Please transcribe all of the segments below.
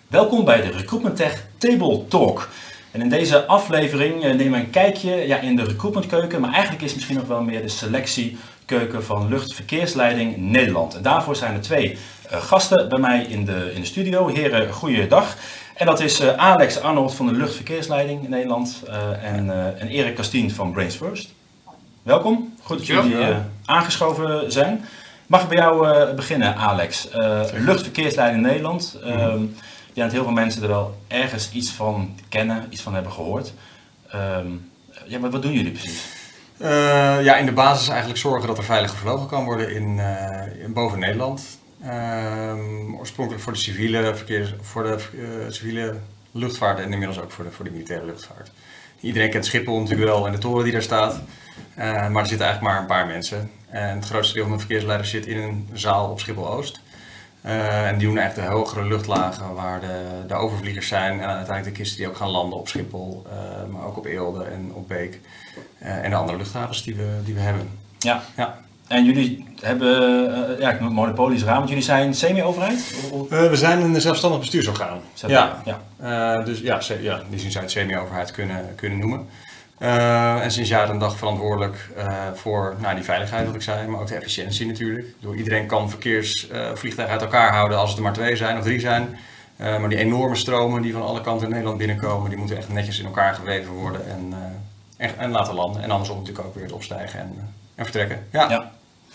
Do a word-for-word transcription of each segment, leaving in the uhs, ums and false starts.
Welkom bij de Recruitment Tech Table Talk. En in deze aflevering nemen we een kijkje ja, in de recruitmentkeuken, maar eigenlijk is het misschien nog wel meer de selectiekeuken van Luchtverkeersleiding Nederland. En daarvoor zijn er twee uh, gasten bij mij in de, in de studio. Heren, goeiedag. En dat is uh, Alex Arnold van de Luchtverkeersleiding Nederland uh, en, uh, en Erik Castien van Brains First. Welkom, goed dat jullie uh, aangeschoven zijn. Mag ik bij jou uh, beginnen, Alex? Uh, Luchtverkeersleiding Nederland. Uh, mm-hmm. Ik denk dat heel veel mensen er wel ergens iets van kennen, iets van hebben gehoord. Uh, ja, maar wat doen jullie precies? Uh, ja, in de basis eigenlijk zorgen dat er veilig gevlogen kan worden in, uh, in boven Nederland. Uh, oorspronkelijk voor de civiele verkeers, voor de uh, civiele luchtvaart en inmiddels ook voor de, voor de militaire luchtvaart. Iedereen kent Schiphol natuurlijk wel en de toren die daar staat. Uh, maar er zitten eigenlijk maar een paar mensen. En het grootste deel van de verkeersleiders zit in een zaal op Schiphol-Oost. Uh, en die doen echt de hogere luchtlagen waar de, de overvliegers zijn en uiteindelijk de kisten die ook gaan landen op Schiphol, uh, maar ook op Eelde en op Beek uh, en de andere luchthavens die we, die we hebben. Ja. ja. En jullie hebben, uh, ja, monopolie is raar, want jullie zijn semi-overheid? Uh, we zijn een zelfstandig bestuursorgaan. Ja. ja. Uh, dus ja, ja, in die zin zou je het semi-overheid kunnen, kunnen noemen. Uh, en sinds jaar en dag verantwoordelijk uh, voor nou, die veiligheid, wat ik zei, maar ook de efficiëntie natuurlijk. Door iedereen kan verkeersvliegtuigen uh, uit elkaar houden als het er maar twee zijn of drie zijn. Uh, maar die enorme stromen die van alle kanten in Nederland binnenkomen, die moeten echt netjes in elkaar geweven worden en, uh, en, en laten landen. En andersom natuurlijk ook weer het opstijgen en, uh, en vertrekken. Ja. ja.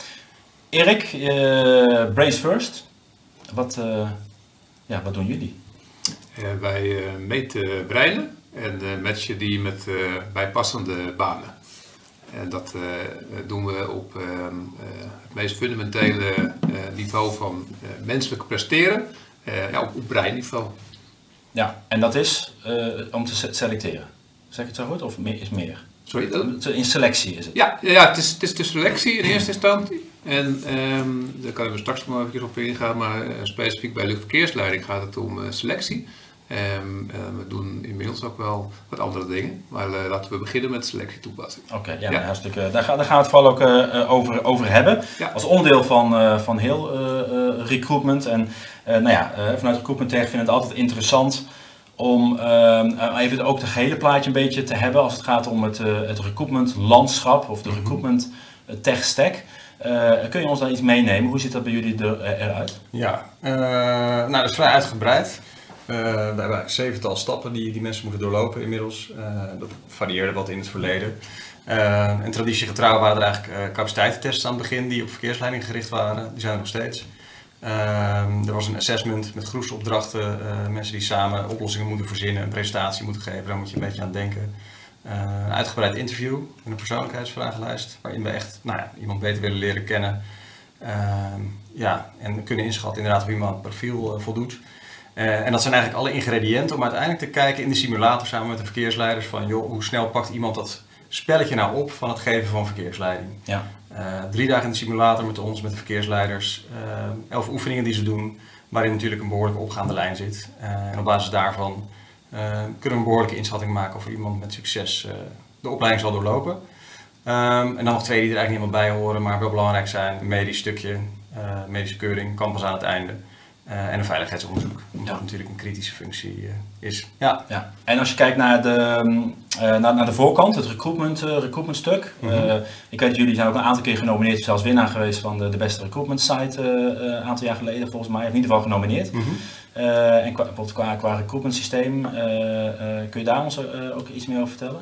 Erik, uh, Brains First, wat, uh, ja, wat doen jullie? Uh, wij uh, meten breilen. En uh, matchen die met uh, bijpassende banen. En dat uh, doen we op uh, uh, het meest fundamentele uh, niveau van uh, menselijk presteren, uh, ja, op, op breinniveau. Ja, en dat is uh, om te selecteren. Zeg ik het zo goed of meer, is meer? Sorry? Dat... In selectie is het? Ja, ja het, is, het is de selectie in eerste instantie. En um, daar kan ik straks nog even op ingaan, maar uh, specifiek bij luchtverkeersleiding gaat het om uh, selectie. Um, uh, we doen inmiddels ook wel wat andere dingen, maar uh, laten we beginnen met selectietoepassing. Oké, okay, ja, ja. hartstikke. Daar, gaan, daar gaan we het vooral ook uh, over, over hebben. Ja. Als onderdeel van, uh, van heel uh, uh, recruitment. En uh, nou ja, uh, vanuit Recruitment Tech vind ik het altijd interessant om uh, even ook het gehele plaatje een beetje te hebben als het gaat om het, uh, het recruitment landschap of de mm-hmm. recruitment tech stack. Uh, kun je ons daar iets meenemen? Hoe ziet dat bij jullie er, eruit? Ja, uh, nou dat is vrij uitgebreid. Uh, we hebben eigenlijk zevental stappen die, die mensen moeten doorlopen inmiddels. Uh, dat varieerde wat in het verleden. Uh, en traditiegetrouw waren er eigenlijk uh, capaciteitentests aan het begin die op verkeersleiding gericht waren. Die zijn er nog steeds. Uh, er was een assessment met groepsopdrachten. Uh, mensen die samen oplossingen moeten verzinnen, een presentatie moeten geven. Daar moet je een beetje aan denken. Uh, een uitgebreid interview en een persoonlijkheidsvragenlijst. Waarin we echt nou ja, iemand beter willen leren kennen. Uh, ja, en kunnen inschatten inderdaad of iemand aan het profiel uh, voldoet. Uh, en dat zijn eigenlijk alle ingrediënten om uiteindelijk te kijken in de simulator samen met de verkeersleiders van joh, hoe snel pakt iemand dat spelletje nou op van het geven van verkeersleiding. Ja. Uh, drie dagen in de simulator met ons, met de verkeersleiders, uh, elf oefeningen die ze doen, waarin natuurlijk een behoorlijk opgaande lijn zit. Uh, en op basis daarvan uh, kunnen we een behoorlijke inschatting maken of iemand met succes uh, de opleiding zal doorlopen. Um, en dan nog twee die er eigenlijk niet helemaal bij horen, maar wel belangrijk zijn. Een medisch stukje, uh, medische keuring, kan pas aan het einde. Uh, en een veiligheidsonderzoek, omdat ja. dat natuurlijk een kritische functie uh, is. Ja. Ja. En als je kijkt naar de, uh, naar, naar de voorkant, het recruitment, uh, recruitment stuk. Mm-hmm. uh, ik weet dat jullie zijn ook een aantal keer genomineerd, zelfs winnaar geweest van de, de beste recruitment site uh, een aantal jaar geleden volgens mij, of in ieder geval genomineerd. Mm-hmm. uh, en qua, qua, qua recruitment systeem, uh, uh, kun je daar ons uh, ook iets meer over vertellen?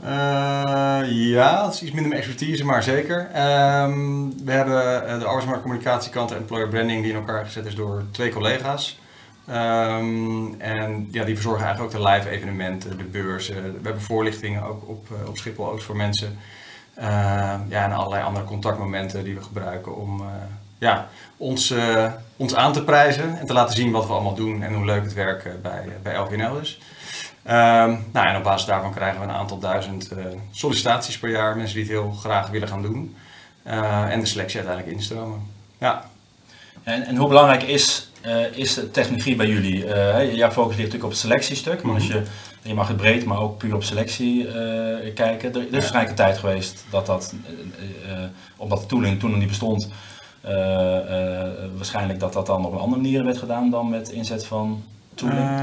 Uh, ja, dat is iets minder mijn expertise, maar zeker. Um, we hebben uh, de arbeidsmarktcommunicatiekant en employer branding die in elkaar gezet is door twee collega's. Um, en ja, die verzorgen eigenlijk ook de live evenementen, de beurzen. We hebben voorlichtingen ook op, uh, op Schiphol Oost voor mensen. Uh, ja, en allerlei andere contactmomenten die we gebruiken om uh, ja, ons, uh, ons aan te prijzen en te laten zien wat we allemaal doen en hoe leuk het werk uh, bij, uh, bij L V N L is. Um, nou, en op basis daarvan krijgen we een aantal duizend uh, sollicitaties per jaar, mensen die het heel graag willen gaan doen. Uh, en de selectie uiteindelijk instromen. Ja. En, en hoe belangrijk is Uh, is de technologie bij jullie? Uh, jouw focus ligt natuurlijk op het selectiestuk, maar als je, je mag het breed, maar ook puur op selectie uh, kijken. Er is waarschijnlijk een tijd geweest dat dat, uh, uh, omdat de tooling toen nog niet bestond, uh, uh, waarschijnlijk dat dat dan op een andere manier werd gedaan dan met inzet van tooling? Uh,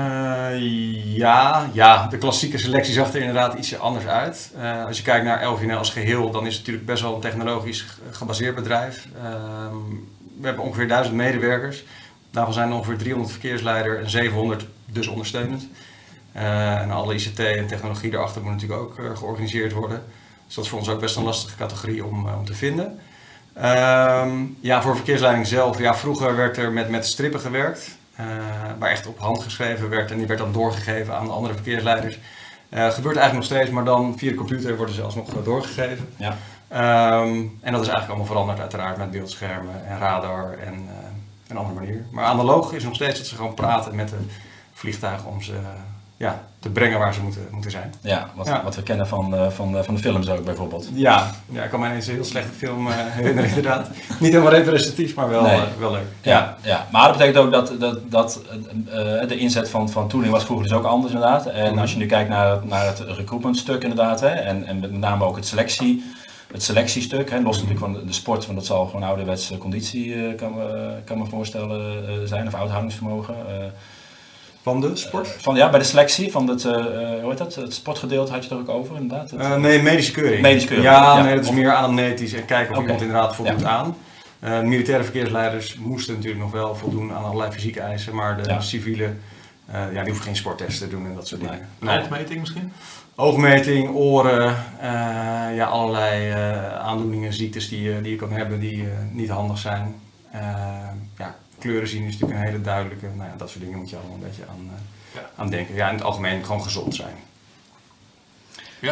ja, ja, de klassieke selectie zag er inderdaad ietsje anders uit. Uh, als je kijkt naar L V N L als geheel, dan is het natuurlijk best wel een technologisch gebaseerd bedrijf. Uh, we hebben ongeveer duizend medewerkers. Daarvan zijn er ongeveer driehonderd verkeersleider en zevenhonderd dus ondersteunend. Uh, en alle I C T en technologie daarachter moet natuurlijk ook uh, georganiseerd worden. Dus dat is voor ons ook best een lastige categorie om, uh, om te vinden. Uh, ja, voor verkeersleiding zelf, ja, vroeger werd er met, met strippen gewerkt. Uh, waar echt op hand geschreven werd en die werd dan doorgegeven aan de andere verkeersleiders. Uh, gebeurt eigenlijk nog steeds, maar dan via de computer worden ze alsnog doorgegeven. Ja. Um, en dat is eigenlijk allemaal veranderd uiteraard met beeldschermen en radar en uh, een andere manier. Maar analoog is nog steeds dat ze gewoon praten met de vliegtuigen om ze uh, ja, te brengen waar ze moeten, moeten zijn. Ja, wat, ja. wat we kennen van, uh, van, uh, van de films ook bijvoorbeeld. Ja, ja, ik kan mij eens een heel slechte film uh, herinneren inderdaad. Niet helemaal representatief, maar wel, nee. uh, wel leuk. Ja, ja. Ja, maar dat betekent ook dat, dat, dat uh, de inzet van, van tooling was vroeger dus ook anders inderdaad. En mm. als je nu kijkt naar, naar het recruitment stuk inderdaad, hè, en, en met name ook het selectie. Het selectiestuk, hè, los natuurlijk van de sport, want dat zal gewoon ouderwetse conditie, uh, kan, me, kan me voorstellen, uh, zijn, of uithoudingsvermogen. Uh, van de sport? Uh, van, ja, bij de selectie, van het, uh, hoe heet dat, het sportgedeelte had je het er ook over inderdaad? Het, uh, nee, medische keuring. Medische keuring. Ja, ja, nee, dat is meer anamnetisch en kijken of okay. iemand inderdaad voldoet ja. aan. Uh, militaire verkeersleiders moesten natuurlijk nog wel voldoen aan allerlei fysieke eisen, maar de ja. civiele, uh, ja, die hoeven geen sporttesten te doen en dat soort dingen. Nee. Oogmeting misschien? Oogmeting, oren, uh, ja, allerlei uh, aandoeningen, ziektes die, uh, die je kan hebben die uh, niet handig zijn. Uh, ja, kleuren zien is natuurlijk een hele duidelijke, nou ja, dat soort dingen moet je allemaal een beetje aan, uh, ja. aan denken. Ja, in het algemeen gewoon gezond zijn. Ja.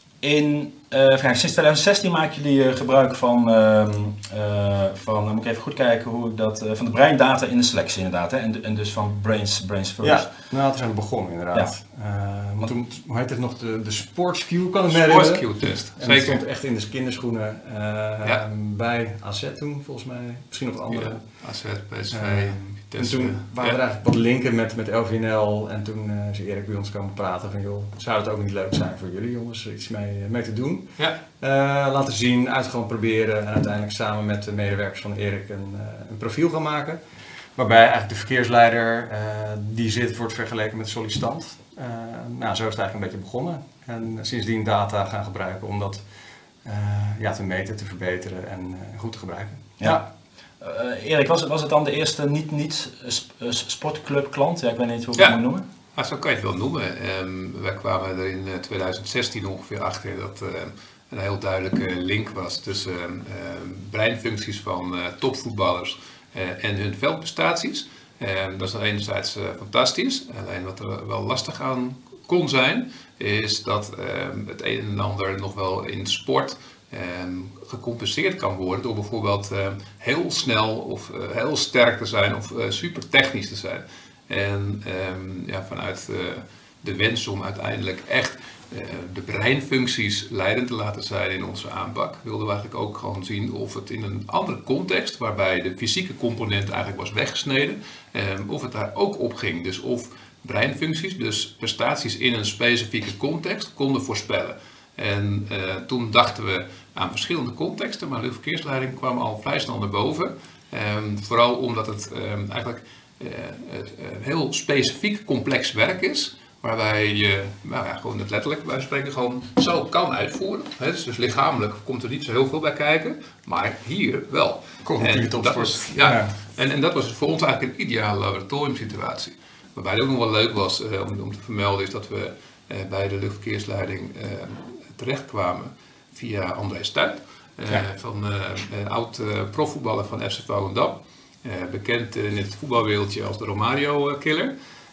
In, uh, sinds twintig zestien maken jullie uh, gebruik van, uh, uh, van uh, moet ik even goed kijken hoe ik dat, uh, van de breindata in de selectie inderdaad, hè? En, en dus van Brains, Brains First. Ja, nou, dat zijn we begonnen inderdaad. Ja. Uh, toen, hoe heet het nog, de, de SportsQ, kan ik me herinneren? SportsQ test, en dat stond echt in de kinderschoenen uh, ja. bij A Z toen volgens mij, misschien nog andere. Ja, A Z, P S V. Uh, En toen waren ja. er eigenlijk wat linken met, met L V N L en toen uh, is Erik bij ons komen praten van joh, zou het ook niet leuk zijn voor jullie jongens iets mee, mee te doen. Ja. Uh, laten zien, uit gewoon proberen en uiteindelijk samen met de medewerkers van Erik een, uh, een profiel gaan maken. Waarbij eigenlijk de verkeersleider uh, die zit wordt vergeleken met de sollicitant. Uh, nou, zo is het eigenlijk een beetje begonnen en sindsdien data gaan gebruiken om dat uh, ja, te meten, te verbeteren en uh, goed te gebruiken. Ja. Ja. Uh, Erik, was het, was het dan de eerste niet-niet-sportclub klant? Ja, ik weet niet hoe ik ja. het moet noemen. Ja, zo kan je het wel noemen. Um, wij kwamen er in twintig zestien ongeveer achter dat uh, een heel duidelijke link was tussen uh, breinfuncties van uh, topvoetballers uh, en hun veldprestaties. Uh, dat is dan enerzijds uh, fantastisch, alleen wat er wel lastig aan kon zijn, is dat uh, het een en ander nog wel in sport Um, gecompenseerd kan worden door bijvoorbeeld uh, heel snel of uh, heel sterk te zijn of uh, super technisch te zijn. En um, ja, vanuit uh, de wens om uiteindelijk echt uh, de breinfuncties leidend te laten zijn in onze aanpak, wilden we eigenlijk ook gewoon zien of het in een andere context, waarbij de fysieke component eigenlijk was weggesneden, um, of het daar ook op ging. Dus of breinfuncties, dus prestaties in een specifieke context, konden voorspellen. En uh, toen dachten we aan verschillende contexten, maar luchtverkeersleiding kwam al vrij snel naar boven. Um, vooral omdat het um, eigenlijk uh, het, uh, heel specifiek complex werk is, waarbij je nou ja, gewoon het letterlijk bij spreken gewoon zo kan uitvoeren. He, dus, dus lichamelijk komt er niet zo heel veel bij kijken, maar hier wel. Cognitieve topsport. Ja, ja. En, en dat was voor ons eigenlijk een ideale laboratoriumsituatie. Waarbij het ook nog wel leuk was uh, om, om te vermelden is dat we uh, bij de luchtverkeersleiding uh, terechtkwamen via André Stuit, uh, ja. van uh, een oud uh, profvoetballer van F C Volendam, uh, bekend in het voetbalwereldje als de Romario-killer.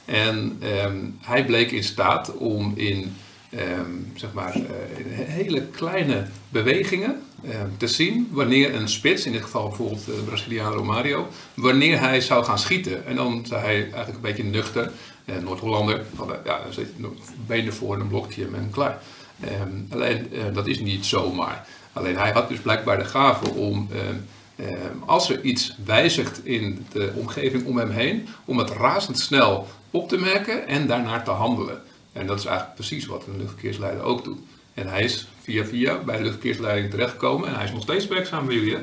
En um, hij bleek in staat om in um, zeg maar, uh, in hele kleine bewegingen uh, te zien wanneer een spits, in dit geval bijvoorbeeld de Braziliaan Romario, wanneer hij zou gaan schieten. En dan zei hij eigenlijk een beetje nuchter, uh, Noord-Hollander, van, uh, ja, dan zit je benen voor en een blokje en klaar. Um, alleen uh, dat is niet zomaar. Alleen hij had dus blijkbaar de gave om, uh, uh, als er iets wijzigt in de omgeving om hem heen, om het razendsnel op te merken en daarnaar te handelen. En dat is eigenlijk precies wat een luchtverkeersleider ook doet. En hij is via via bij de luchtverkeersleiding terechtgekomen en hij is nog steeds werkzaam bij jullie. Hè? Ja,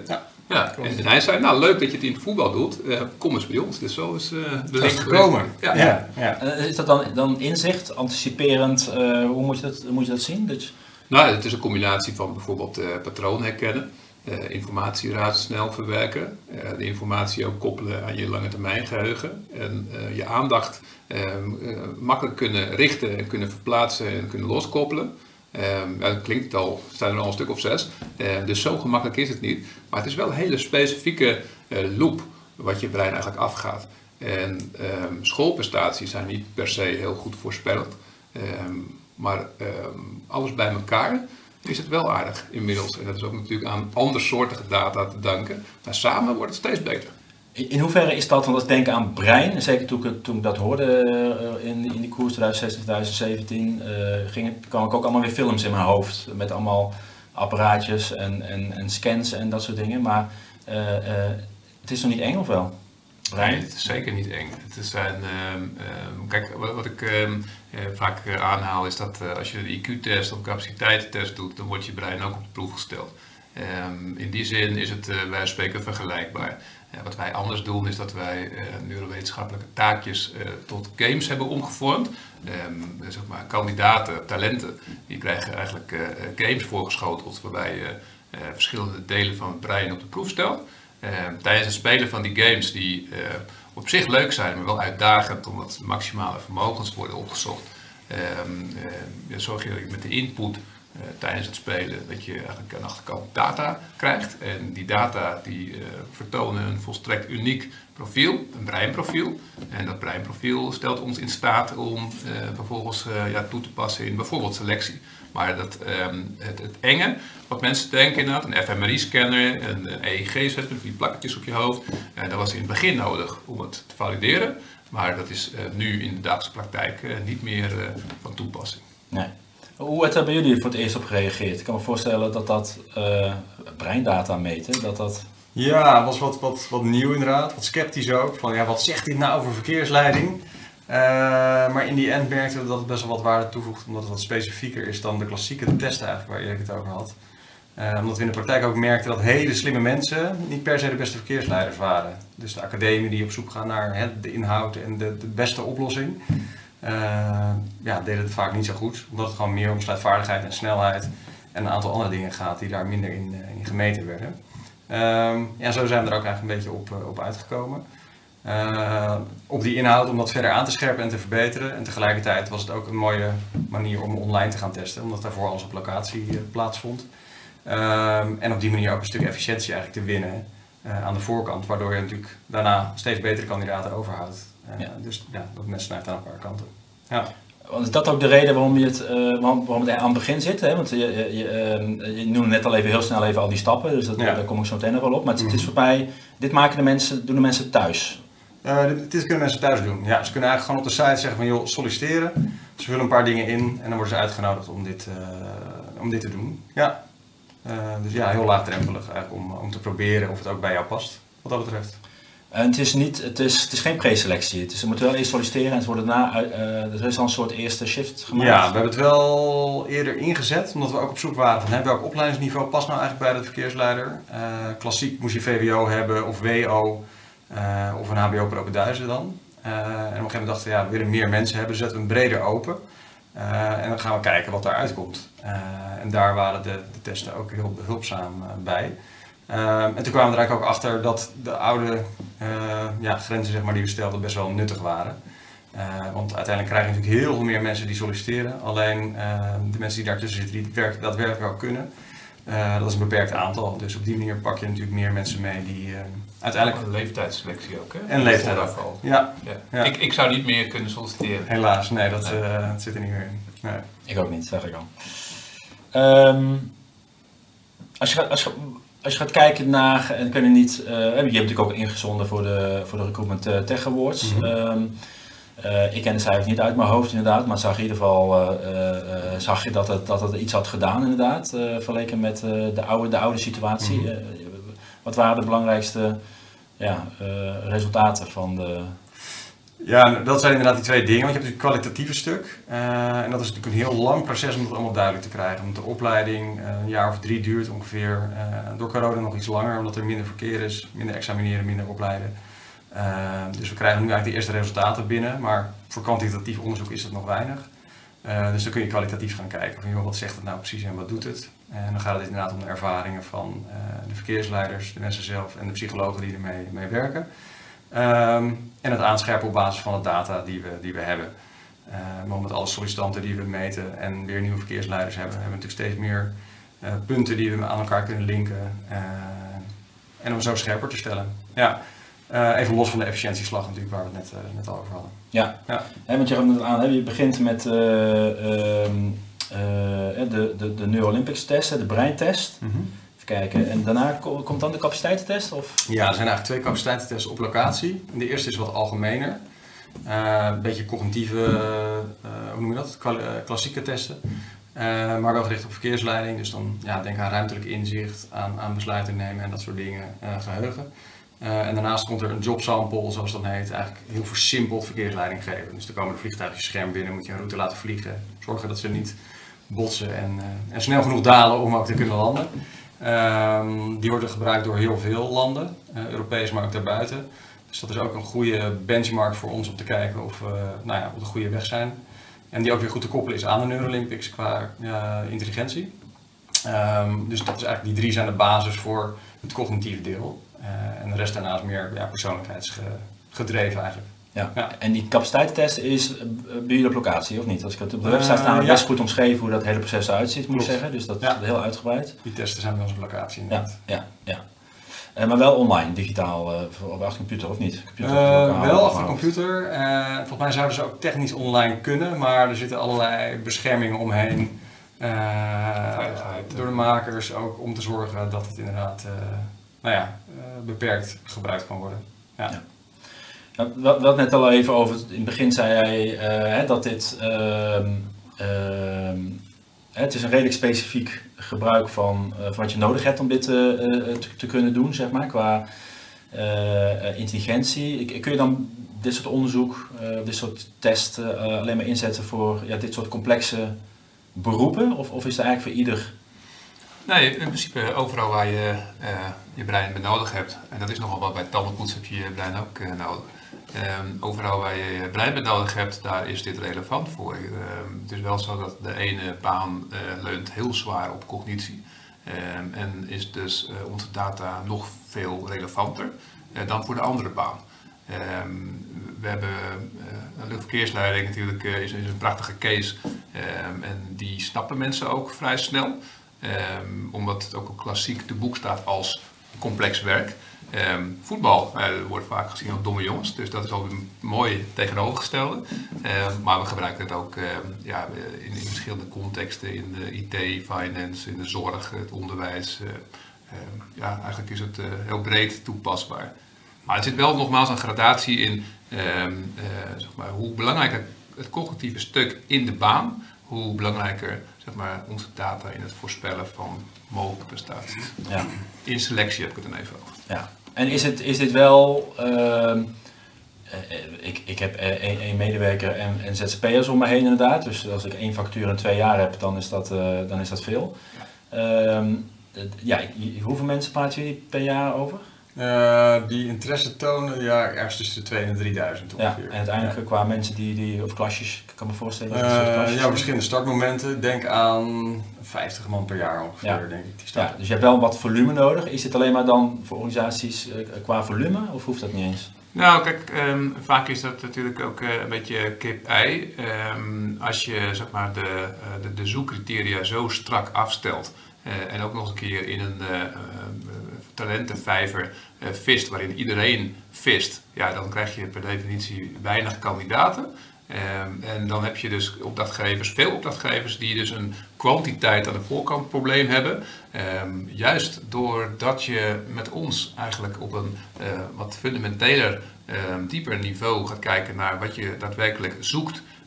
Ja, en, en hij zei, nou leuk dat je het in het voetbal doet, uh, kom eens bij ons. Dus zo is uh, de link gekomen. Ja. Ja. Ja. Uh, is dat dan, dan inzicht, anticiperend, uh, hoe moet je dat, moet je dat zien? Dus... Nou, het is een combinatie van bijvoorbeeld uh, patroon herkennen, uh, informatie razendsnel verwerken, uh, de informatie ook koppelen aan je lange termijn geheugen en uh, je aandacht uh, uh, makkelijk kunnen richten en kunnen verplaatsen en kunnen loskoppelen. Um, ja, dat klinkt al, er zijn er al een stuk of zes, uh, dus zo gemakkelijk is het niet. Maar het is wel een hele specifieke uh, loop wat je brein eigenlijk afgaat. En um, schoolprestaties zijn niet per se heel goed voorspellend. Um, maar um, alles bij elkaar is het wel aardig inmiddels. En dat is ook natuurlijk aan andersoortige data te danken. Maar samen wordt het steeds beter. In hoeverre is dat, want als ik denk aan brein, zeker toen ik, toen ik dat hoorde uh, in, in die koers twintig zestien twintig zeventien, uh, ging het, kwam ik ook allemaal weer films in mijn hoofd. Met allemaal apparaatjes en, en, en scans en dat soort dingen. Maar uh, uh, het is nog niet eng of wel? Brein? Nee, het is zeker niet eng. Het is een, uh, uh, kijk, wat, wat ik uh, uh, vaak uh, aanhaal is dat uh, als je een I Q-test of capaciteitstest doet, dan wordt je brein ook op de proef gesteld. Um, in die zin is het uh, wij spreken vergelijkbaar. Ja, wat wij anders doen is dat wij uh, neurowetenschappelijke taakjes uh, tot games hebben omgevormd. Um, zeg maar, kandidaten, talenten, die krijgen eigenlijk uh, games voorgeschoteld waarbij je uh, uh, verschillende delen van het brein op de proef stelt. Uh, tijdens het spelen van die games die uh, op zich leuk zijn, maar wel uitdagend omdat maximale vermogens worden opgezocht, um, uh, zorg je met de input Uh, tijdens het spelen dat je eigenlijk aan de achterkant data krijgt. En die data die uh, vertonen een volstrekt uniek profiel, een breinprofiel. En dat breinprofiel stelt ons in staat om uh, vervolgens uh, ja, toe te passen in bijvoorbeeld selectie. Maar dat, um, het, het enge, wat mensen denken inderdaad, een f M R I-scanner, een E E G-zet met die plakketjes op je hoofd, uh, dat was in het begin nodig om het te valideren. Maar dat is uh, nu in de dagelijkse praktijk uh, niet meer uh, van toepassing. Nee. Hoe hebben jullie voor het eerst op gereageerd? Ik kan me voorstellen dat dat uh, breindata meten, dat dat... Ja, het was wat, wat, wat nieuw inderdaad, wat sceptisch ook. Van ja, wat zegt dit nou over verkeersleiding? Uh, maar in die end merkten we dat het best wel wat waarde toevoegt, omdat het wat specifieker is dan de klassieke testen eigenlijk waar Erik het over had. Uh, omdat we in de praktijk ook merkten dat hele slimme mensen niet per se de beste verkeersleiders waren. Dus de academie die op zoek gaan naar hè, de inhoud en de, de beste oplossing. Uh, ja, deden het vaak niet zo goed, omdat het gewoon meer om sluitvaardigheid en snelheid en een aantal andere dingen gaat die daar minder in, uh, in gemeten werden. Uh, ja, zo zijn we er ook eigenlijk een beetje op, uh, op uitgekomen. Uh, op die inhoud om dat verder aan te scherpen en te verbeteren. En tegelijkertijd was het ook een mooie manier om online te gaan testen, omdat daarvoor alles op locatie uh, plaatsvond. Uh, en op die manier ook een stuk efficiëntie eigenlijk te winnen uh, aan de voorkant, waardoor je natuurlijk daarna steeds betere kandidaten overhoudt. Uh, ja. Dus ja, dat mes snijdt aan een paar kanten. Ja. Want is dat ook de reden waarom, je het, uh, waarom, waarom het aan het begin zit? Hè? Want je, je, je, uh, je noemde net al even heel snel even al die stappen, dus dat, ja. daar kom ik zo meteen nog wel op. Maar het, het is voorbij, dit maken de mensen, doen de mensen thuis? Uh, dit, dit kunnen mensen thuis doen. Ja, ze kunnen eigenlijk gewoon op de site zeggen van joh, solliciteren. Ze vullen een paar dingen in en dan worden ze uitgenodigd om dit, uh, om dit te doen. Ja. Uh, dus ja, heel laagdrempelig eigenlijk om, om te proberen of het ook bij jou past, wat dat betreft. En het is, niet, het is, het is geen preselectie, het is, ze moeten wel eerst solliciteren en het wordt daarna, uh, er is al een soort eerste shift gemaakt. Ja, we hebben het wel eerder ingezet, omdat we ook op zoek waren van hè, welk opleidingsniveau past nou eigenlijk bij de verkeersleider. Uh, klassiek moest je V W O hebben of W O uh, of een H B O pro duizend dan. Uh, en op een gegeven moment dachten we, ja, we willen meer mensen hebben, zetten we hem breder open. Uh, en dan gaan we kijken wat daaruit komt. Uh, en daar waren de, de testen ook heel behulpzaam uh, bij. Uh, en toen kwamen we er eigenlijk ook achter dat de oude uh, ja, grenzen zeg maar, die we stelden best wel nuttig waren. Uh, want uiteindelijk krijg je natuurlijk heel veel meer mensen die solliciteren. Alleen uh, de mensen die daartussen zitten die het werk, daadwerkelijk ook kunnen. Uh, dat is een beperkt aantal. Dus op die manier pak je natuurlijk meer mensen mee die uh, uiteindelijk... Een leeftijdsselectie ook, hè? En leeftijdsafval. Ja. Ja. Ja. Ik, ik zou niet meer kunnen solliciteren. Helaas, nee, dat, uh, dat zit er niet meer in. Nee. Ik ook niet, zeg ik al. Um, als je gaat... Als je, Als je gaat kijken naar, en kunnen niet, uh, je hebt natuurlijk ook ingezonden voor de, voor de Recruitment uh, Tech Awards. Mm-hmm. um, uh, ik ken de cijfers niet uit mijn hoofd inderdaad, maar zag in ieder geval uh, uh, zag je dat het, dat het iets had gedaan inderdaad, uh, vergeleken met uh, de, oude, de oude situatie. Mm-hmm. uh, wat waren de belangrijkste ja, uh, resultaten van de... Ja, dat zijn inderdaad die twee dingen. Want je hebt natuurlijk het kwalitatieve stuk. Uh, en dat is natuurlijk een heel lang proces om dat allemaal duidelijk te krijgen. Omdat de opleiding uh, een jaar of drie duurt ongeveer. Uh, door corona nog iets langer, omdat er minder verkeer is. Minder examineren, minder opleiden. Uh, dus we krijgen nu eigenlijk de eerste resultaten binnen. Maar voor kwantitatief onderzoek is dat nog weinig. Uh, dus dan kun je kwalitatief gaan kijken. Van, joh, wat zegt het nou precies en wat doet het? En dan gaat het inderdaad om de ervaringen van uh, de verkeersleiders, de mensen zelf en de psychologen die ermee mee werken. Um, en het aanscherpen op basis van de data die we, die we hebben. Uh, maar met alle sollicitanten die we meten en weer nieuwe verkeersleiders hebben, hebben we natuurlijk steeds meer uh, punten die we aan elkaar kunnen linken. Uh, en om zo scherper te stellen. Ja. Uh, even los van de efficiëntieslag natuurlijk waar we het net, uh, net al over hadden. Ja, ja. En want je gaat het aan, hè? Je begint met uh, uh, uh, de, de, de Neurolympics test, de breintest. Mm-hmm. Even kijken, en daarna komt dan de capaciteitstest? Of? Ja, er zijn eigenlijk twee capaciteitstests op locatie. De eerste is wat algemener. Uh, een beetje cognitieve, uh, hoe noem je dat, Kla- uh, klassieke testen. Uh, maar wel gericht op verkeersleiding. Dus dan ja, denk aan ruimtelijk inzicht, aan, aan besluiten nemen en dat soort dingen, uh, geheugen. Uh, en daarnaast komt er een jobsample, zoals dat heet, eigenlijk heel versimpeld verkeersleiding geven. Dus dan komen de vliegtuigen je scherm binnen, moet je een route laten vliegen. Zorgen dat ze niet botsen en, uh, en snel genoeg dalen om ook te kunnen landen. Um, die worden gebruikt door heel veel landen, uh, Europees maar ook daarbuiten. Dus dat is ook een goede benchmark voor ons om te kijken of we nou ja, op de goede weg zijn. En die ook weer goed te koppelen is aan de Neurolympics qua uh, intelligentie. Um, dus dat is eigenlijk, die drie zijn de basis voor het cognitieve deel. Uh, en de rest daarna is meer ja, persoonlijkheidsgedreven eigenlijk. Ja. Ja. En die capaciteitstest is bij jullie op locatie of niet? Als ik het op de website sta, uh, best ja. goed omschreven hoe dat hele proces eruit ziet, moet ik zeggen. Dus dat ja. is heel uitgebreid. Die testen zijn bij ons op locatie inderdaad. Ja, ja, ja. Uh, maar wel online, digitaal, uh, of achter computer of niet? Computer, uh, wel achter computer. Uh, volgens mij zouden ze ook technisch online kunnen, maar er zitten allerlei beschermingen omheen. Uh, door de makers ook om te zorgen dat het inderdaad uh, nou ja, uh, beperkt gebruikt kan worden. Ja. Ja. Ja, we hadden het net al even over, in het begin zei jij uh, hè, dat dit, uh, uh, het is een redelijk specifiek gebruik van, uh, van wat je nodig hebt om dit uh, uh, te, te kunnen doen, zeg maar, qua uh, intelligentie. Kun je dan dit soort onderzoek, uh, dit soort testen uh, alleen maar inzetten voor ja, dit soort complexe beroepen? Of, of is het eigenlijk voor ieder? Nee, in principe overal waar je uh, je brein bij nodig hebt, en dat is nogal wat, bij tandenpoetsen heb je je brein ook uh, nodig. Um, overal waar je je brein bij nodig hebt, daar is dit relevant voor. Um, het is wel zo dat de ene baan uh, leunt heel zwaar op cognitie. Um, en is dus uh, onze data nog veel relevanter uh, dan voor de andere baan. Um, we hebben uh, de verkeersleiding natuurlijk uh, is, is een prachtige case um, en die snappen mensen ook vrij snel. Um, omdat het ook al klassiek te boek staat als complex werk. Um, voetbal uh, wordt vaak gezien als domme jongens, dus dat is al een mooi tegenovergestelde. Um, maar we gebruiken het ook um, ja, in, in verschillende contexten, in de I T, finance, in de zorg, het onderwijs. Uh, um, ja, eigenlijk is het uh, heel breed toepasbaar. Maar er zit wel nogmaals een gradatie in um, uh, zeg maar, hoe belangrijker het cognitieve stuk in de baan, hoe belangrijker zeg maar, onze data in het voorspellen van mogelijke prestaties. Ja. In selectie heb ik het dan even over. Ja. En is, het, is dit wel, uh, uh, ik, ik heb één medewerker en, en Z Z P'ers om me heen inderdaad, dus als ik één factuur in twee jaar heb, dan is dat, uh, dan is dat veel. Ja. Uh, ja, hoeveel mensen praten jullie per jaar over? Uh, die interesse tonen, ja, ergens tussen de tweeduizend en drieduizend ongeveer. Ja, en uiteindelijk ja. qua mensen die, die, of klasjes, ik kan me voorstellen. Dat uh, klasjes ja, verschillende startmomenten. Denk aan vijftig man per jaar ongeveer, ja. denk ik. Die ja, dus je hebt wel wat volume nodig. Is dit alleen maar dan voor organisaties uh, qua volume, of hoeft dat niet eens? Nou, kijk, um, vaak is dat natuurlijk ook uh, een beetje kip-ei. Um, als je zeg maar, de, uh, de, de zoekcriteria zo strak afstelt uh, en ook nog eens een keer in een uh, uh, talentenvijver uh, vist, waarin iedereen vist, ja, dan krijg je per definitie weinig kandidaten. Um, en dan heb je dus opdrachtgevers, veel opdrachtgevers die dus een kwantiteit aan de voorkant probleem hebben. Um, juist doordat je met ons eigenlijk op een uh, wat fundamenteler, um, dieper niveau gaat kijken naar wat je daadwerkelijk zoekt.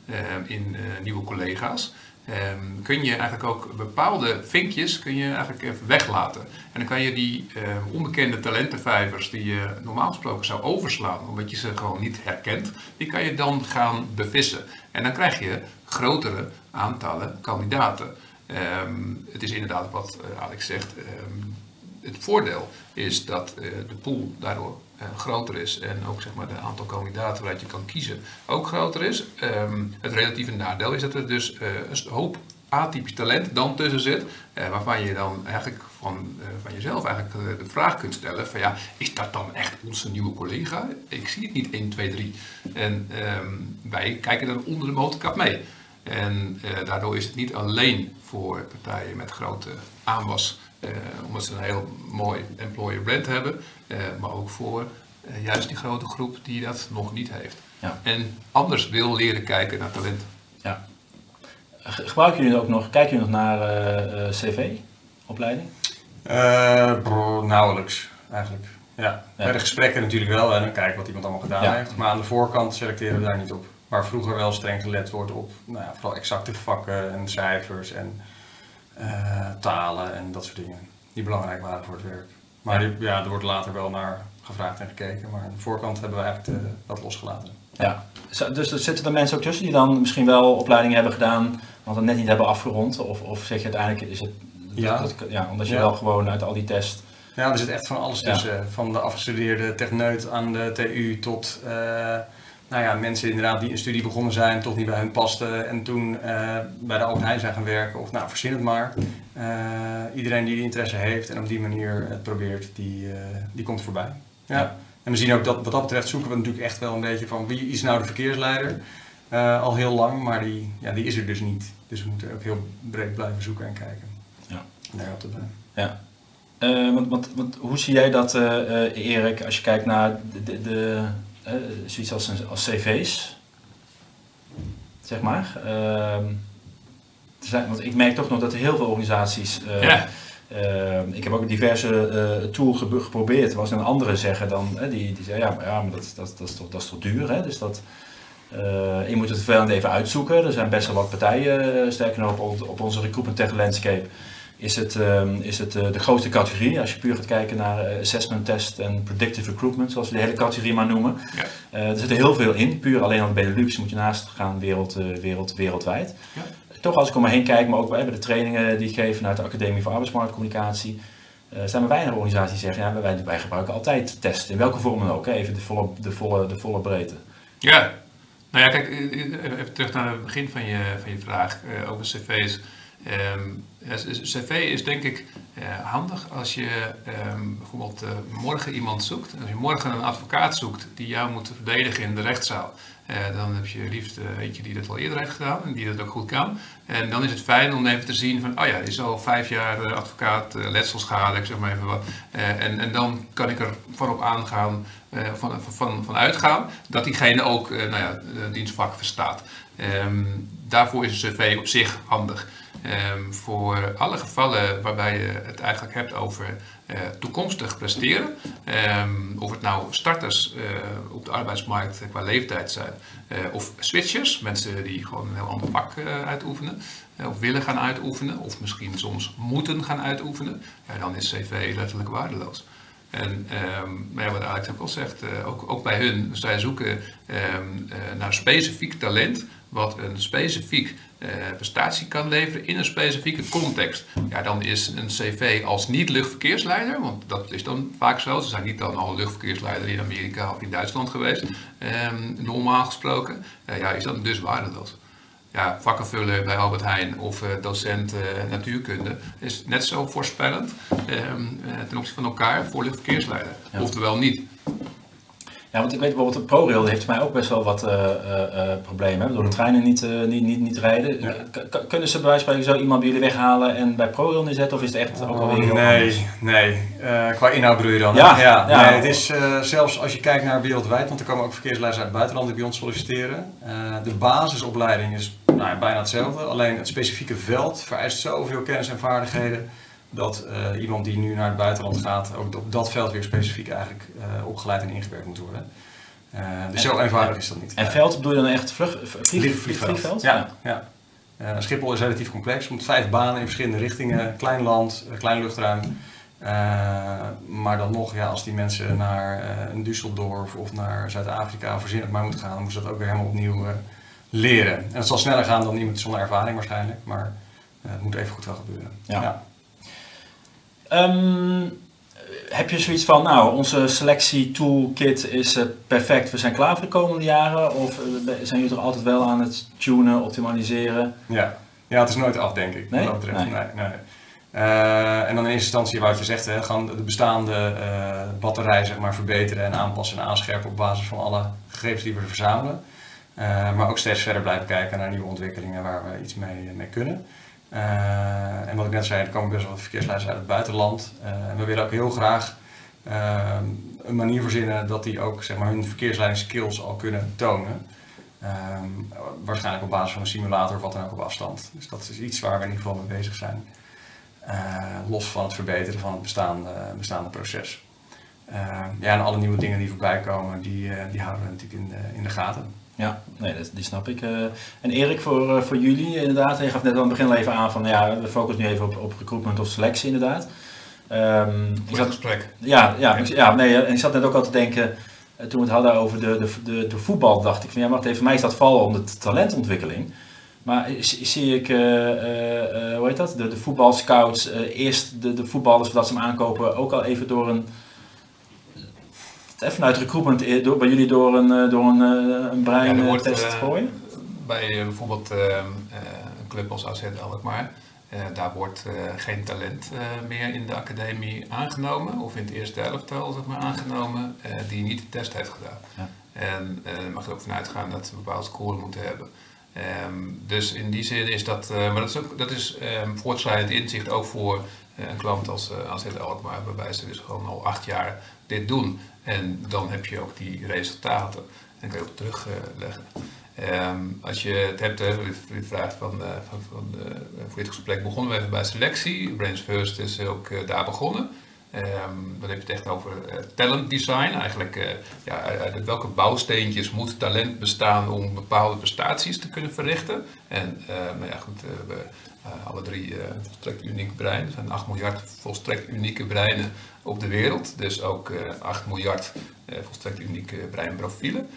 uh, in uh, nieuwe collega's, um, kun je eigenlijk ook bepaalde vinkjes kun je eigenlijk even weglaten. En dan kan je die uh, onbekende talentenvijvers die je normaal gesproken zou overslaan, omdat je ze gewoon niet herkent, die kan je dan gaan bevissen. En dan krijg je grotere aantallen kandidaten. Um, het is inderdaad wat uh, Alex zegt. Um, het voordeel is dat uh, de pool daardoor uh, groter is en ook zeg maar, de aantal kandidaten waaruit je kan kiezen ook groter is. Um, het relatieve nadeel is dat er dus uh, een hoop atypisch talent dan tussen zit, uh, waarvan je dan eigenlijk van, uh, van jezelf eigenlijk uh, de vraag kunt stellen van ja, is dat dan echt onze nieuwe collega? Ik zie het niet één, twee, drie. En um, wij kijken dan onder de motorkap mee. En uh, daardoor is het niet alleen voor partijen met grote aanwas, uh, omdat ze een heel mooi employer brand hebben, uh, maar ook voor uh, juist die grote groep die dat nog niet heeft. Ja. En anders wil leren kijken naar talent. Ja. Gebruiken jullie ook nog, kijken jullie nog naar uh, uh, cv-opleiding? Uh, bro, nauwelijks eigenlijk. Ja. Ja. Bij de gesprekken natuurlijk wel en dan kijken wat iemand allemaal gedaan ja. heeft, maar aan de voorkant selecteren we daar niet op. Waar vroeger wel streng gelet wordt op nou ja, vooral exacte vakken en cijfers en uh, talen en dat soort dingen die belangrijk waren voor het werk. Maar ja. Die, ja, er wordt later wel naar gevraagd en gekeken, maar aan de voorkant hebben we eigenlijk de, dat losgelaten. Ja, dus er zitten er mensen ook tussen die dan misschien wel opleidingen hebben gedaan, maar dat net niet hebben afgerond? Of, of zeg je uiteindelijk is het, ja, dat, ja omdat je ja. wel gewoon uit al die tests... Ja, er zit echt van alles tussen. Ja. Van de afgestudeerde techneut aan de T U tot... Uh, Nou ja, mensen inderdaad die een studie begonnen zijn, toch niet bij hun paste en toen uh, bij de Albert Heijn zijn gaan werken of nou verzin het maar. Uh, iedereen die interesse heeft en op die manier het probeert, die, uh, die komt voorbij. Ja. Ja. En we zien ook dat wat dat betreft zoeken we natuurlijk echt wel een beetje van wie is nou de verkeersleider. Uh, al heel lang, maar die, ja, die is er dus niet. Dus we moeten ook heel breed blijven zoeken en kijken. Ja. En daar op te blijven. Ja. Uh, want, want, want hoe zie jij dat, uh, uh, Erik, als je kijkt naar de, de, de Uh, zoiets als, als cv's, zeg maar. Uh, zijn, want ik merk toch nog dat er heel veel organisaties, uh, ja. uh, ik heb ook diverse uh, tools ge geprobeerd, was een andere zeggen dan, uh, die, die zeggen ja, maar, ja, maar dat, dat, dat, is toch, dat is toch duur, hè? Dus dat, uh, je moet het vervelend even uitzoeken. Er zijn best wel wat partijen, uh, sterker nog op, op onze recruitment tech landscape. Is het, um, is het uh, de grootste categorie, als je puur gaat kijken naar uh, assessment test en predictive recruitment, zoals we de hele categorie maar noemen. Ja. Uh, er zit er heel veel in, puur alleen al de Benelux moet je naast gaan wereld, uh, wereld, wereldwijd. Ja. Toch als ik om me heen kijk, maar ook bij de trainingen die ik geef vanuit de Academie voor Arbeidsmarktcommunicatie, uh, zijn er weinig organisaties die zeggen, ja, wij, wij gebruiken altijd testen, in welke vorm dan ook, hè? Even de volle, de, volle, de volle breedte. Ja, nou ja, kijk, even terug naar het begin van je, van je vraag uh, over cv's. Um, cv is denk ik uh, handig als je um, bijvoorbeeld uh, morgen iemand zoekt. Als je morgen een advocaat zoekt die jou moet verdedigen in de rechtszaal. Uh, dan heb je liefst uh, eentje die dat al eerder heeft gedaan en die dat ook goed kan. En dan is het fijn om even te zien van, oh ja, die is al vijf jaar uh, advocaat, uh, letselschade, ik zeg maar even wat. Uh, en, en dan kan ik er van op aangaan, uh, van, van, van uitgaan, dat diegene ook uh, nou ja, dienstvak verstaat. Um, daarvoor is een cv op zich handig. Um, voor alle gevallen waarbij je het eigenlijk hebt over uh, toekomstig presteren, um, of het nou starters uh, op de arbeidsmarkt qua leeftijd zijn, uh, of switchers, mensen die gewoon een heel ander vak uh, uitoefenen, uh, of willen gaan uitoefenen, of misschien soms moeten gaan uitoefenen, ja, dan is cv letterlijk waardeloos. En um, maar ja, wat Alex ook al zegt, uh, ook, ook bij hun, zij zoeken um, uh, naar specifiek talent, wat een specifiek uh, prestatie kan leveren in een specifieke context. Ja, dan is een cv als niet-luchtverkeersleider, want dat is dan vaak zo, ze zijn niet dan al luchtverkeersleider in Amerika of in Duitsland geweest, um, normaal gesproken, uh, ja, is dat dus waardeloos. Ja, vakken bij Albert Heijn of uh, docent uh, natuurkunde is net zo voorspellend um, uh, ten opzichte van elkaar voor luchtverkeersleider. Ja. Oftewel niet. Ja, want ik weet bijvoorbeeld, de ProRail heeft voor mij ook best wel wat uh, uh, problemen. Door de treinen niet, uh, niet, niet, niet rijden. Ja. K kunnen ze bij wijze van spreken zo iemand bij jullie weghalen en bij ProRail neerzetten? Of is het echt ook alweer heel nee, anders? Nee, uh, qua inhoud bedoel je dan? Ja, ja, ja. Nee, het is uh, zelfs als je kijkt naar wereldwijd, want er komen ook verkeersleiders uit het buitenland die bij ons solliciteren. Uh, de basisopleiding is nou, bijna hetzelfde, alleen het specifieke veld vereist zoveel kennis en vaardigheden dat uh, iemand die nu naar het buitenland gaat ook op dat veld weer specifiek eigenlijk uh, opgeleid en ingewerkt moet worden. Uh, dus zo eenvoudig is dat niet. En veld bedoel je dan echt vlug, vlieg, Vlieg, vliegveld? vliegveld? Ja. ja. Uh, Schiphol is relatief complex, met vijf banen in verschillende richtingen, klein land, uh, klein luchtruim. Uh, maar dan nog, ja, als die mensen naar uh, een Düsseldorf of naar Zuid-Afrika of verzin het maar moeten gaan, dan moeten ze dat ook weer helemaal opnieuw uh, leren. En het zal sneller gaan dan iemand zonder ervaring waarschijnlijk, maar uh, het moet even goed wel gebeuren. Ja. Ja. Um, heb je zoiets van, nou, onze selectie toolkit is uh, perfect, we zijn klaar voor de komende jaren? Of uh, zijn jullie toch altijd wel aan het tunen, optimaliseren? Ja, ja, het is nooit af, denk ik. Nee? Wat dat betreft. Nee. Nee, nee. Uh, en dan in eerste instantie, wat je zegt, hè, gaan de bestaande uh, batterij zeg maar, verbeteren en aanpassen en aanscherpen op basis van alle gegevens die we verzamelen. Uh, maar ook steeds verder blijven kijken naar nieuwe ontwikkelingen waar we iets mee, mee kunnen. Uh, en wat ik net zei, er komen best wel wat verkeersleiders uit het buitenland. Uh, en we willen ook heel graag uh, een manier verzinnen dat die ook zeg maar, hun verkeersleidingsskills al kunnen tonen. Uh, waarschijnlijk op basis van een simulator of wat dan ook op afstand. Dus dat is iets waar we in ieder geval mee bezig zijn. Uh, los van het verbeteren van het bestaande, bestaande proces. Uh, ja, en alle nieuwe dingen die voorbij komen, die, uh, die houden we natuurlijk in de, in de gaten. Ja, nee, dat, die snap ik. Uh, en Erik, voor, uh, voor jullie inderdaad, je gaf net aan het begin al even aan van, ja, we focussen nu even op, op recruitment of selectie inderdaad. Um, Voor het gesprek. Ja, ja, ja, nee, en ik zat net ook al te denken, uh, toen we het hadden over de, de, de, de voetbal, dacht ik van, ja, wacht even, voor mij is dat vallen om de talentontwikkeling. Maar zie ik, uh, uh, uh, hoe heet dat, de, de voetbalscouts, uh, eerst de, de voetballers voordat ze hem aankopen, ook al even door een, even uit recruitment, door, bij jullie door een, door een, een breintest ja, uh, gooien? Bij uh, bijvoorbeeld uh, uh, een club als A Z Alkmaar, uh, daar wordt uh, geen talent uh, meer in de academie aangenomen, of in het eerste elftal zeg maar, aangenomen, uh, die niet de test heeft gedaan. Ja. En uh, daar mag je ook vanuit gaan dat ze een bepaald score moeten hebben. Um, dus in die zin is dat, uh, maar dat is, ook, dat is um, voortschrijdend inzicht ook voor uh, een klant als uh, A Z Alkmaar, waarbij ze dus gewoon al acht jaar dit doen. En dan heb je ook die resultaten en kan je ook terugleggen. Uh, um, als je het hebt, uh, je vraagt van, uh, van, van uh, voor dit gesprek begonnen we even bij selectie. Brains First is ook uh, daar begonnen. Um, dan heb je het echt over uh, talent design. Eigenlijk, uh, ja, uit welke bouwsteentjes moet talent bestaan om bepaalde prestaties te kunnen verrichten. En uh, nou ja, goed, uh, we uh, alle drie uh, volstrekt uniek brein. Er zijn acht miljard volstrekt unieke breinen op de wereld. Dus ook uh, acht miljard uh, volstrekt unieke breinprofielen.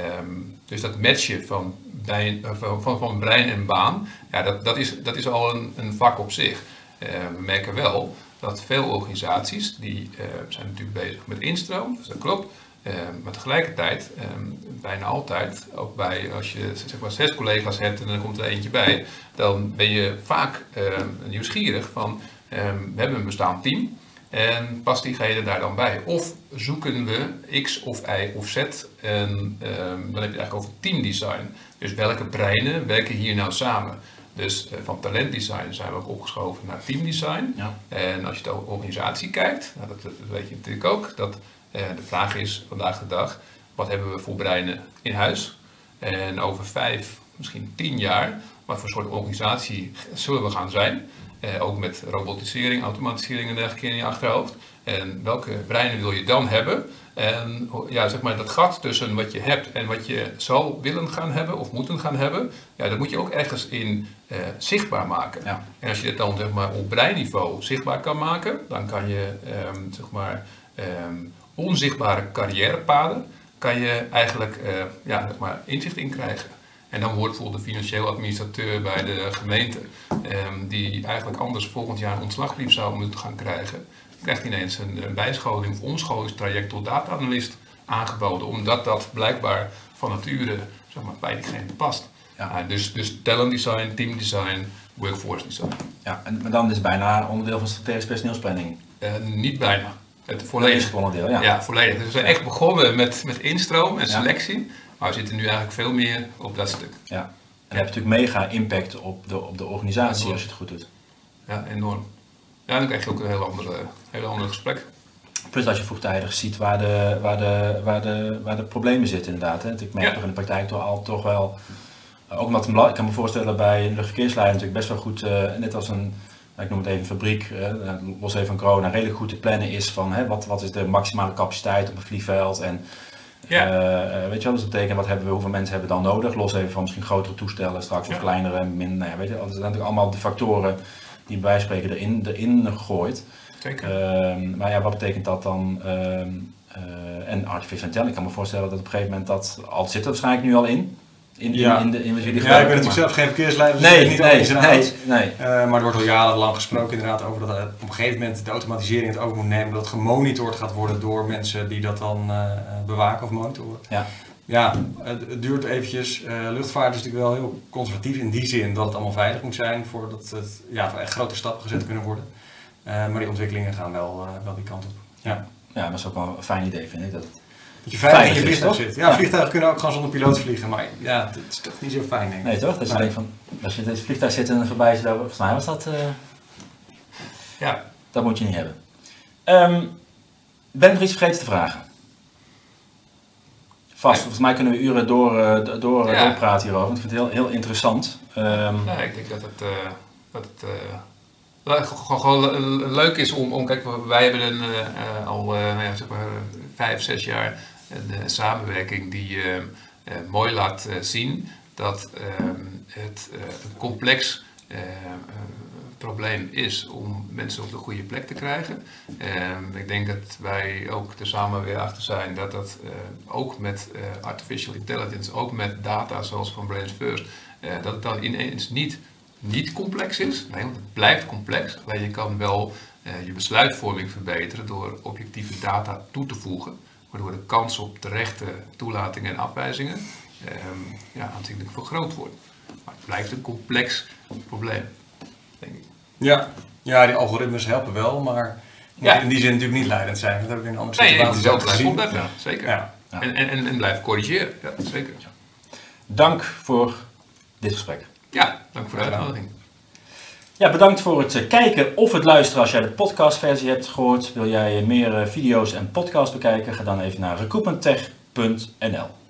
Um, dus dat matchen van, brein, uh, van, van brein en baan, ja, dat, dat, is, dat is al een, een vak op zich. Uh, we merken wel dat veel organisaties, die uh, zijn natuurlijk bezig met instroom, dus dat klopt. Uh, maar tegelijkertijd, um, bijna altijd, ook bij als je zeg maar zes collega's hebt en er komt er eentje bij, dan ben je vaak uh, nieuwsgierig van, um, we hebben een bestaand team en past diegene daar dan bij? Of zoeken we X of Y of Z en um, dan heb je het eigenlijk over teamdesign. Dus welke breinen werken hier nou samen? Dus uh, van talentdesign zijn we ook opgeschoven naar teamdesign. Ja. En als je de organisatie kijkt, nou dat, dat weet je natuurlijk ook, dat uh, de vraag is vandaag de dag, wat hebben we voor breinen in huis? En over vijf, misschien tien jaar, wat voor soort organisatie zullen we gaan zijn? Uh, ook met robotisering, automatisering en dergelijke in je achterhoofd. En welke breinen wil je dan hebben? En ja, zeg maar dat gat tussen wat je hebt en wat je zou willen gaan hebben of moeten gaan hebben, ja, dat moet je ook ergens in uh, zichtbaar maken. Ja. En als je het dan zeg maar, op breinniveau zichtbaar kan maken, dan kan je um, zeg maar, um, onzichtbare carrièrepaden, kan je eigenlijk uh, ja, zeg maar, inzicht in krijgen. En dan wordt bijvoorbeeld de financieel administrateur bij de gemeente, um, die eigenlijk anders volgend jaar een ontslagbrief zou moeten gaan krijgen, krijgt ineens een, een bijscholing of omscholingstraject tot data-analyst aangeboden, omdat dat blijkbaar van nature zeg maar, bij diegene past. Ja. Uh, dus, dus talent design, team design, workforce design. Ja, en, maar dan is het bijna onderdeel van strategische personeelsplanning? Uh, niet bijna. Het volledig onderdeel, ja. Ja, volledig. Dus we zijn echt begonnen met, met instroom en selectie, ja. Maar we zitten nu eigenlijk veel meer op dat stuk. Ja. En dat heeft natuurlijk mega impact op de, op de organisatie ja, als je het goed doet. Ja, enorm. Ja, dan krijg je ook een heel ander, heel ander gesprek. Plus als je vroegtijdig ziet waar de, waar de, waar de, waar de problemen zitten inderdaad. Hè. Ik merk ja. toch in de praktijk toch, al, toch wel, ook omdat ik kan me voorstellen bij een luchtverkeersleider natuurlijk best wel goed, uh, net als een, ik noem het even fabriek, uh, los even van corona, redelijk goed te plannen is van hè, wat, wat is de maximale capaciteit op een vliegveld en Ja. Uh, weet je wel, dus dat betekent wat hebben we, hoeveel mensen hebben we dan nodig? Los even van misschien grotere toestellen straks of Ja. kleinere, min, nou ja, weet je, dat zijn natuurlijk allemaal de factoren die bij wijze van spreken erin, erin gooit. Zeker. Uh, maar ja, wat betekent dat dan? Uh, uh, en artificial intelligence, ik kan me voorstellen dat op een gegeven moment dat, al zit er waarschijnlijk nu al in. In, ja. in, in, de, in wat jullie ja, ik ben natuurlijk zelf geen verkeersleider, dus nee, ik weet niet nee, over nee, nee, nee. Uh, maar er wordt al jarenlang gesproken inderdaad over dat op een gegeven moment de automatisering het over moet nemen, dat het gemonitord gaat worden door mensen die dat dan uh, bewaken of monitoren. Ja. Ja, het, het duurt eventjes. Uh, luchtvaart is natuurlijk wel heel conservatief in die zin dat het allemaal veilig moet zijn voordat het ja, voor echt grote stappen gezet kunnen worden. Uh, maar die ontwikkelingen gaan wel, uh, wel die kant op. Ja. Ja, dat is ook wel een fijn idee, vind ik. Dat het dat je veilig in je is, vliegtuig toch? zit. Ja, Ja. vliegtuigen kunnen ook gewoon zonder piloot vliegen, maar ja, het is toch niet zo fijn, denk ik. Nee, toch? Dat je Nee. denkt van, als je in het vliegtuig zit en er voorbij zit, volgens mij was dat, uh, Ja. dat moet je niet hebben. Um, ben ik nog iets vergeten te vragen? Vast, Ja. volgens mij kunnen we uren door, uh, door, Ja. doorpraten hierover, want ik vind het heel, heel interessant. Um, Ja, ik denk dat het, uh, dat het uh, gewoon, gewoon leuk is om, om, kijk, wij hebben een, uh, al uh, nou ja, zeg maar, vijf, zes jaar een uh, samenwerking die uh, uh, mooi laat uh, zien dat uh, het uh, een complex uh, uh, probleem is om mensen op de goede plek te krijgen. Uh, ik denk dat wij ook er samen weer achter zijn dat dat uh, ook met uh, artificial intelligence, ook met data zoals van Brains First, uh, dat het dan ineens niet, niet complex is. Nee, want het blijft complex. Alleen je kan wel uh, je besluitvorming verbeteren door objectieve data toe te voegen, waardoor de kans op terechte toelatingen en afwijzingen uh, ja, aanzienlijk vergroot wordt. Maar het blijft een complex probleem, denk ik. Ja. ja, die algoritmes helpen wel, maar Ja. in die zin natuurlijk niet leidend zijn. Dat hebben we in andere Nee, situaties het is ook ook blijven gezien. opletten, ja, zeker. Ja. Ja. En, en, en, en blijven corrigeren, ja, zeker. dank voor dit gesprek. Ja, dank voor de uitnodiging. Ja, bedankt voor het uh, kijken of het luisteren als jij de podcastversie hebt gehoord. Wil jij meer uh, video's en podcasts bekijken? Ga dan even naar recruitmenttech punt n l.